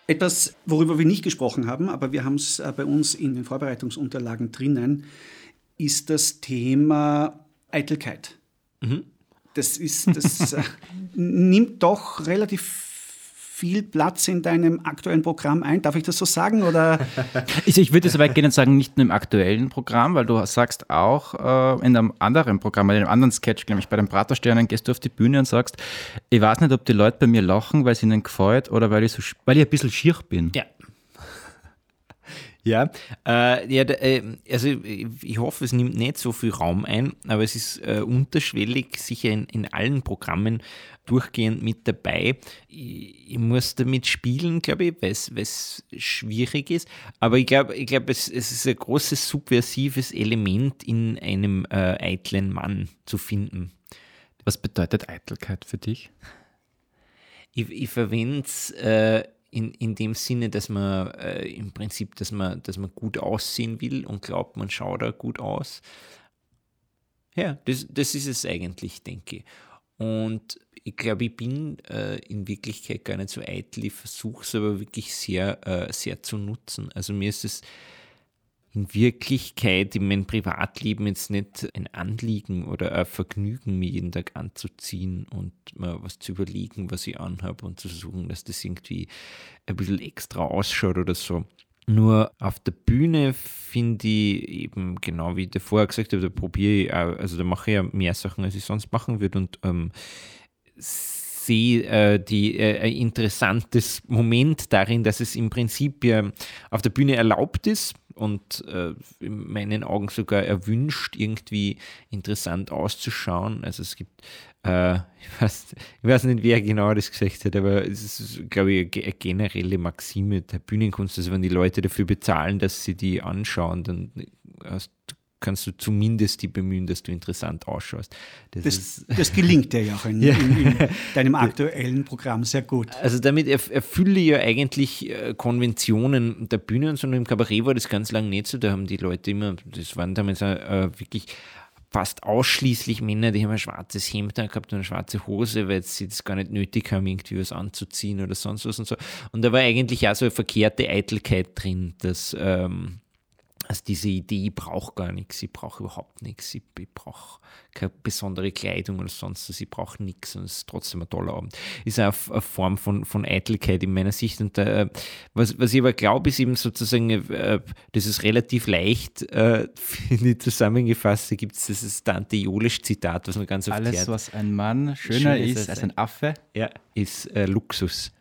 Etwas, worüber wir nicht gesprochen haben, aber wir haben es bei uns in den Vorbereitungsunterlagen drinnen, ist das Thema Eitelkeit. Mhm. Das nimmt doch relativ viel Platz in deinem aktuellen Programm ein. Darf ich das so sagen? Oder? Ich würde so weit gehen und sagen, nicht nur im aktuellen Programm, weil du sagst auch in einem anderen Programm, in einem anderen Sketch, nämlich bei den Pratersternen, gehst du auf die Bühne und sagst, ich weiß nicht, ob die Leute bei mir lachen, weil es ihnen gefällt oder weil ich ein bisschen schier bin. Ja. Ja, also ich hoffe, es nimmt nicht so viel Raum ein, aber es ist unterschwellig sicher in allen Programmen durchgehend mit dabei. Ich muss damit spielen, glaube ich, weil es schwierig ist, aber ich glaube, es ist ein großes subversives Element in einem eitlen Mann zu finden. Was bedeutet Eitelkeit für dich? Ich verwende es in dem Sinne, dass man im Prinzip, dass man gut aussehen will und glaubt, man schaut da gut aus. Ja, das ist es eigentlich, denke ich. Und ich glaube, ich bin in Wirklichkeit gar nicht so eitel. Ich versuche es aber wirklich sehr, sehr zu nutzen. Also mir ist es in Wirklichkeit in meinem Privatleben jetzt nicht ein Anliegen oder ein Vergnügen, mich jeden Tag anzuziehen und mal was zu überlegen, was ich anhabe und zu versuchen, dass das irgendwie ein bisschen extra ausschaut oder so. Nur auf der Bühne finde ich eben, genau wie ich davor gesagt habe, da probiere ich auch, also da mache ich ja mehr Sachen, als ich sonst machen würde und sehe ein interessantes Moment darin, dass es im Prinzip ja auf der Bühne erlaubt ist und in meinen Augen sogar erwünscht, irgendwie interessant auszuschauen. Also es gibt, ich weiß nicht, wer genau das gesagt hat, aber es ist, glaube ich, eine generelle Maxime der Bühnenkunst, also wenn die Leute dafür bezahlen, dass sie die anschauen, dann kannst du zumindest die bemühen, dass du interessant ausschaust. Das gelingt dir ja auch in deinem aktuellen Programm sehr gut. Also damit erfülle ich ja eigentlich Konventionen der Bühne und so. Und im Kabarett war das ganz lange nicht so. Da haben die Leute immer, das waren damals wirklich fast ausschließlich Männer, die haben ein schwarzes Hemd gehabt und eine schwarze Hose, weil sie das gar nicht nötig haben, irgendwie was anzuziehen oder sonst was und so. Und da war eigentlich auch so eine verkehrte Eitelkeit drin, dass also diese Idee, ich brauche gar nichts, ich brauche überhaupt nichts, ich brauche keine besondere Kleidung oder sonst was, ich brauche nichts und es ist trotzdem ein toller Abend. Ist auch eine Form von Eitelkeit in meiner Sicht. Und was ich aber glaube, ist eben sozusagen, das ist relativ leicht, finde ich, zusammengefasst, da gibt es dieses Dante-Jolisch-Zitat, was man ganz oft Alles, hört. was ein Mann schöner ist als ein Affe, ist Luxus.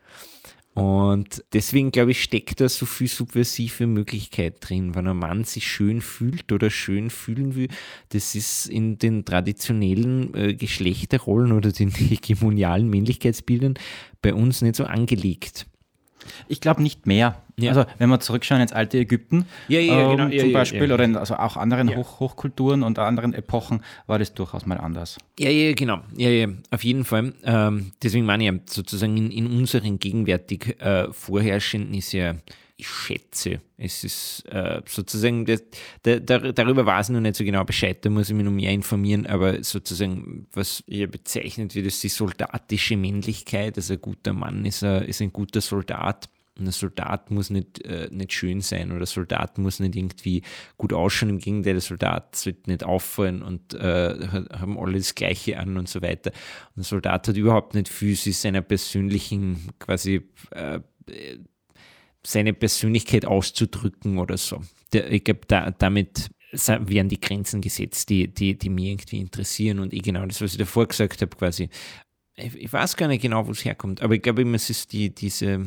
Und deswegen, glaube ich, steckt da so viel subversive Möglichkeit drin, wenn ein Mann sich schön fühlt oder schön fühlen will. Das ist in den traditionellen Geschlechterrollen oder den hegemonialen Männlichkeitsbildern bei uns nicht so angelegt. Ich glaube nicht mehr. Ja. Also wenn wir zurückschauen ins alte Ägypten genau. zum Beispiel oder in also auch anderen Hochkulturen und anderen Epochen war das durchaus mal anders. Ja, genau. Ja, auf jeden Fall. Deswegen meine ich ja, sozusagen in unseren gegenwärtig vorherrschenden ist ja, ich schätze, es ist sozusagen, darüber weiß ich noch nicht so genau Bescheid, da muss ich mich noch mehr informieren, aber sozusagen, was hier bezeichnet wird, ist die soldatische Männlichkeit, also ein guter Mann ist ein guter Soldat. Und ein Soldat muss nicht schön sein oder ein Soldat muss nicht irgendwie gut ausschauen. Im Gegenteil, der Soldat sollte nicht auffallen und haben alle das Gleiche an und so weiter. Und ein Soldat hat überhaupt nicht physisch seiner persönlichen quasi seine Persönlichkeit auszudrücken oder so. Ich glaube, damit werden die Grenzen gesetzt, die mich irgendwie interessieren und genau das, was ich davor gesagt habe, quasi. Ich weiß gar nicht genau, wo es herkommt, aber ich glaube immer, es ist diese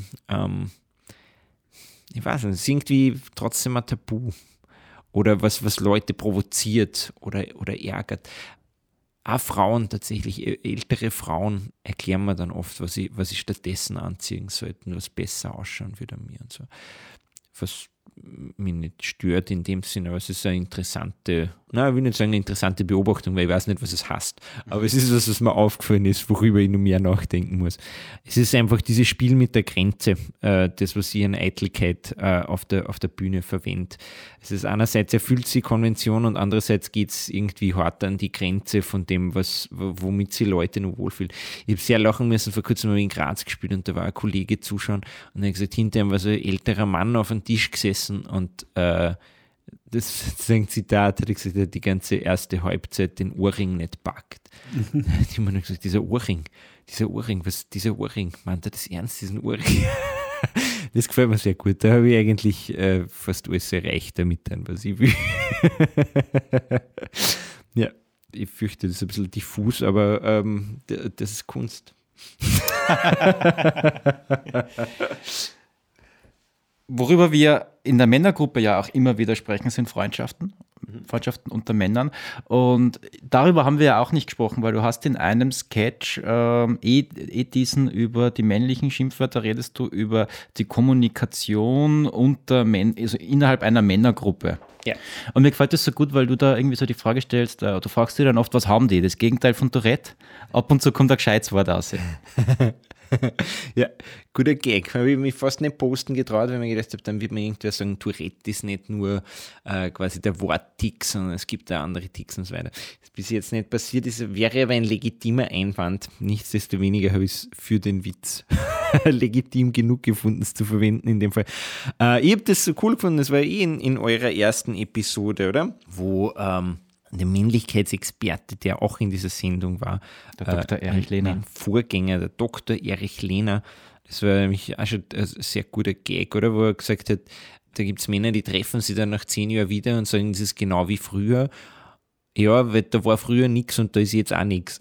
ich weiß nicht, es ist irgendwie trotzdem ein Tabu oder was Leute provoziert oder ärgert. Auch Frauen tatsächlich, ältere Frauen erklären mir dann oft, was ich stattdessen anziehen sollte, was besser ausschauen würde an mir und so. Was mich nicht stört in dem Sinne, aber es ist eine interessante ich will nicht sagen eine interessante Beobachtung, weil ich weiß nicht, was es heißt, aber es ist was mir aufgefallen ist, worüber ich noch mehr nachdenken muss. Es ist einfach dieses Spiel mit der Grenze, das, was ich an Eitelkeit auf der Bühne verwende. Es ist einerseits erfüllt sie Konvention und andererseits geht es irgendwie hart an die Grenze von dem, womit sie Leute noch wohlfühlen. Ich habe sehr lachen müssen, vor kurzem habe ich in Graz gespielt und da war ein Kollege zuschauen und er hat gesagt, hinter ihm war so ein älterer Mann auf dem Tisch gesessen und das ist ein Zitat, hat er gesagt, er hat die ganze erste Halbzeit den Ohrring nicht packt. Da hat ich mir noch gesagt, dieser Ohrring, meint er das ernst, diesen Ohrring? Das gefällt mir sehr gut, da habe ich eigentlich fast alles erreicht damit, was ich will. Ja, ich fürchte, das ist ein bisschen diffus, aber das ist Kunst. Worüber wir in der Männergruppe ja auch immer wieder sprechen, sind Freundschaften unter Männern. Und darüber haben wir ja auch nicht gesprochen, weil du hast in einem Sketch diesen über die männlichen Schimpfwörter, redest du über die Kommunikation also innerhalb einer Männergruppe. Ja. Und mir gefällt das so gut, weil du da irgendwie so die Frage stellst, du fragst dir dann oft, was haben die? Das Gegenteil von Tourette. Ab und zu kommt ein gescheites Wort raus. Ja, guter Gag. Habe ich mich fast nicht posten getraut, weil ich mir gedacht habe, dann wird mir irgendwer sagen, Tourette ist nicht nur quasi der Worttick, sondern es gibt da andere Ticks und so weiter. Das ist bis jetzt nicht passiert, das wäre aber ein legitimer Einwand. Nichtsdestoweniger habe ich es für den Witz legitim genug gefunden, es zu verwenden in dem Fall. Ich habe das so cool gefunden, das war in eurer ersten Episode, oder? Wo der Männlichkeitsexperte, der auch in dieser Sendung war, der Dr. Erich Lehner. Mein Vorgänger, der Dr. Erich Lehner, das war nämlich auch schon ein sehr guter Gag, oder? Wo er gesagt hat, da gibt es Männer, die treffen sich dann nach 10 Jahren wieder und sagen, das ist genau wie früher. Ja, weil da war früher nichts und da ist jetzt auch nichts.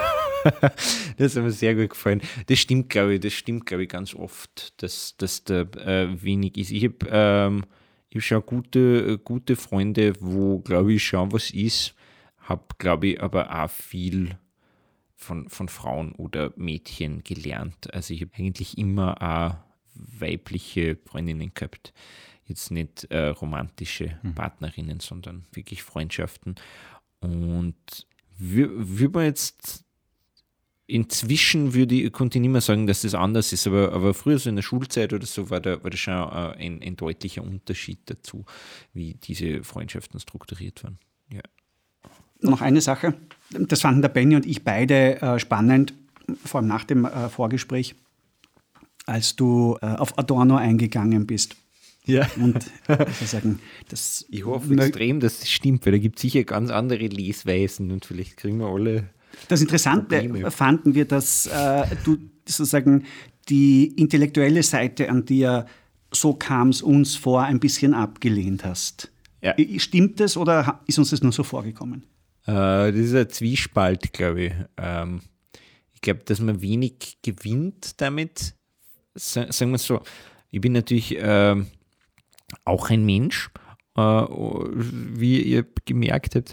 Das hat mir sehr gut gefallen. Das stimmt, glaube ich, ganz oft, dass da wenig ist. Ich habe schon gute Freunde, wo, glaube ich, schon was ist. Habe, glaube ich, aber auch viel von Frauen oder Mädchen gelernt. Also ich habe eigentlich immer auch weibliche Freundinnen gehabt. Jetzt nicht romantische Partnerinnen, sondern wirklich Freundschaften. Und würde man jetzt inzwischen konnte ich nicht mehr sagen, dass das anders ist, aber früher so in der Schulzeit oder so war da schon ein deutlicher Unterschied dazu, wie diese Freundschaften strukturiert waren. Ja. Noch eine Sache, das fanden der Benny und ich beide spannend, vor allem nach dem Vorgespräch, als du auf Adorno eingegangen bist. Ja. Und sagen, das ich hoffe extrem, dass das stimmt, weil da gibt es sicher ganz andere Lesweisen und vielleicht kriegen wir alle. Das Interessante fanden wir, dass du sozusagen die intellektuelle Seite an dir, so kam es uns vor, ein bisschen abgelehnt hast. Ja. Stimmt das oder ist uns das nur so vorgekommen? Das ist ein Zwiespalt, glaube ich. Ich glaube, dass man wenig gewinnt damit. Sagen wir es so, ich bin natürlich auch ein Mensch, wie ihr gemerkt habt.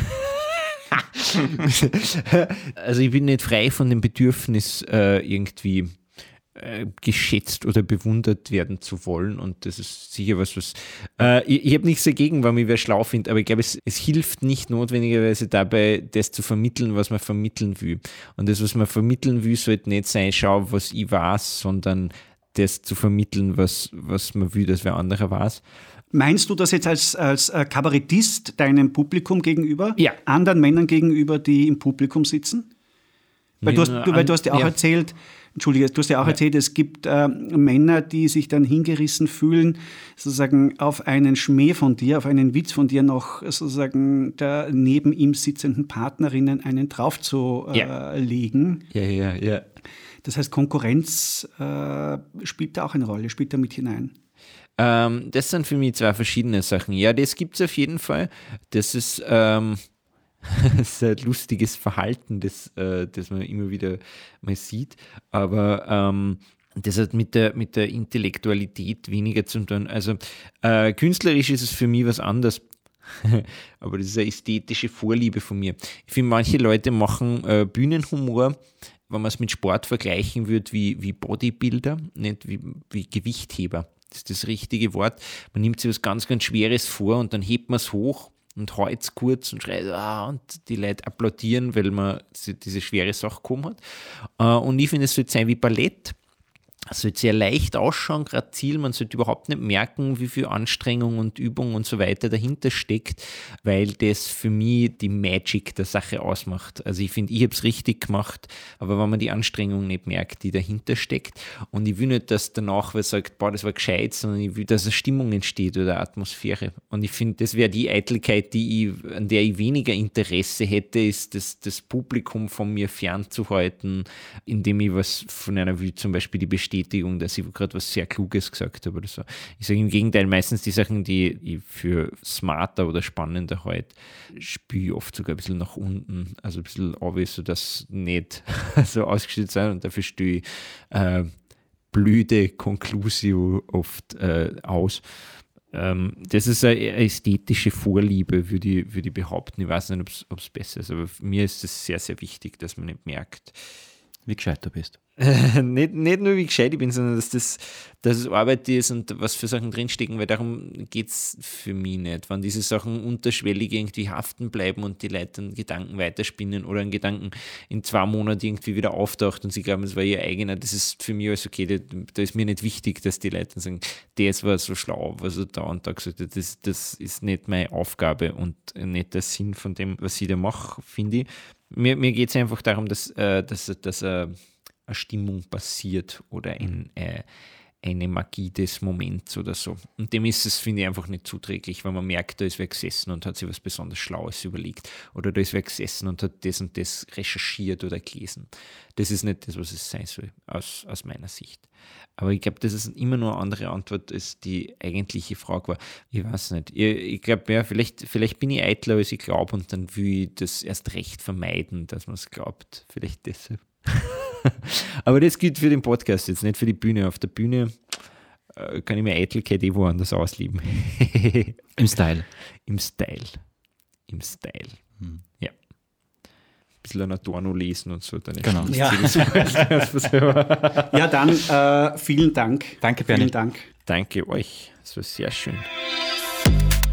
Also ich bin nicht frei von dem Bedürfnis, irgendwie geschätzt oder bewundert werden zu wollen, und das ist sicher was ich habe nichts dagegen, wenn ich wer schlau finde, aber ich glaube, es hilft nicht notwendigerweise dabei, das zu vermitteln, was man vermitteln will. Und das, was man vermitteln will, sollte nicht sein, schau, was ich weiß, sondern das zu vermitteln, was man will, dass wer anderer weiß. Meinst du das jetzt als Kabarettist deinem Publikum gegenüber? Ja. Anderen Männern gegenüber, die im Publikum sitzen? Weil du hast ja auch erzählt, erzählt, es gibt Männer, die sich dann hingerissen fühlen, sozusagen auf einen Schmäh von dir, auf einen Witz von dir noch sozusagen der neben ihm sitzenden Partnerinnen einen draufzulegen. Ja. Das heißt, Konkurrenz spielt da auch eine Rolle, spielt da mit hinein. Das sind für mich zwei verschiedene Sachen. Ja, das gibt es auf jeden Fall. Das ist ein lustiges Verhalten, das man immer wieder mal sieht. Aber das hat mit der Intellektualität weniger zu tun. Also künstlerisch ist es für mich was anderes. Aber das ist eine ästhetische Vorliebe von mir. Ich finde, manche Leute machen Bühnenhumor, wenn man es mit Sport vergleichen würde, wie Bodybuilder, nicht wie Gewichtheber. Das ist das richtige Wort. Man nimmt sich was ganz, ganz Schweres vor und dann hebt man es hoch und hält kurz und schreit und die Leute applaudieren, weil man diese schwere Sache gekommen hat. Und ich finde, es sollte sein wie Ballett. Es sollte sehr leicht ausschauen, grazil, man sollte überhaupt nicht merken, wie viel Anstrengung und Übung und so weiter dahinter steckt, weil das für mich die Magic der Sache ausmacht. Also ich finde, ich habe es richtig gemacht, aber wenn man die Anstrengung nicht merkt, die dahinter steckt, und ich will nicht, dass danach wer sagt, boah, das war gescheit, sondern ich will, dass eine Stimmung entsteht oder eine Atmosphäre. Und ich finde, das wäre die Eitelkeit, an der ich weniger Interesse hätte, ist das Publikum von mir fernzuhalten, indem ich was von einer will, zum Beispiel die Bestätigung, dass ich gerade was sehr Kluges gesagt habe oder so. Ich sage im Gegenteil, meistens die Sachen, die ich für smarter oder spannender halte, spüre ich oft sogar ein bisschen nach unten, also ein bisschen obvious, sodass nicht so ausgestellt sein, und dafür stehe ich blöde Conclusio oft aus. Das ist eine ästhetische Vorliebe, würde ich behaupten. Ich weiß nicht, ob es besser ist, aber für mir ist es sehr, sehr wichtig, dass man nicht merkt, wie gescheit du bist. nicht nur wie gescheit ich bin, sondern dass es Arbeit ist und was für Sachen drinstecken, weil darum geht es für mich nicht. Wenn diese Sachen unterschwellig irgendwie haften bleiben und die Leute dann Gedanken weiterspinnen oder ein Gedanken in 2 Monaten irgendwie wieder auftaucht und sie glauben, es war ihr eigener, das ist für mich alles okay. Da ist mir nicht wichtig, dass die Leute dann sagen, das war so schlau, was er da und da gesagt hat. Das ist nicht meine Aufgabe und nicht der Sinn von dem, was ich da mache, finde ich. Mir geht es einfach darum, dass eine Stimmung passiert oder eine Magie des Moments oder so. Und dem ist es, finde ich, einfach nicht zuträglich, weil man merkt, da ist wer gesessen und hat sich was besonders Schlaues überlegt. Oder da ist wer gesessen und hat das und das recherchiert oder gelesen. Das ist nicht das, was es sein soll, aus meiner Sicht. Aber ich glaube, das ist immer nur eine andere Antwort, als die eigentliche Frage war. Ich weiß nicht. Ich glaube, ja, vielleicht bin ich eitler, als ich glaube, und dann will ich das erst recht vermeiden, dass man es glaubt. Vielleicht deshalb. Aber das gilt für den Podcast jetzt, nicht für die Bühne. Auf der Bühne kann ich mir Eitelkeit woanders ausleben. Im Style. Im Style. Ja. Ein bisschen an Adorno lesen und so. Dann genau. Ja. Ja, dann vielen Dank. Danke, Bernie. Vielen Dank. Danke euch. Das war sehr schön.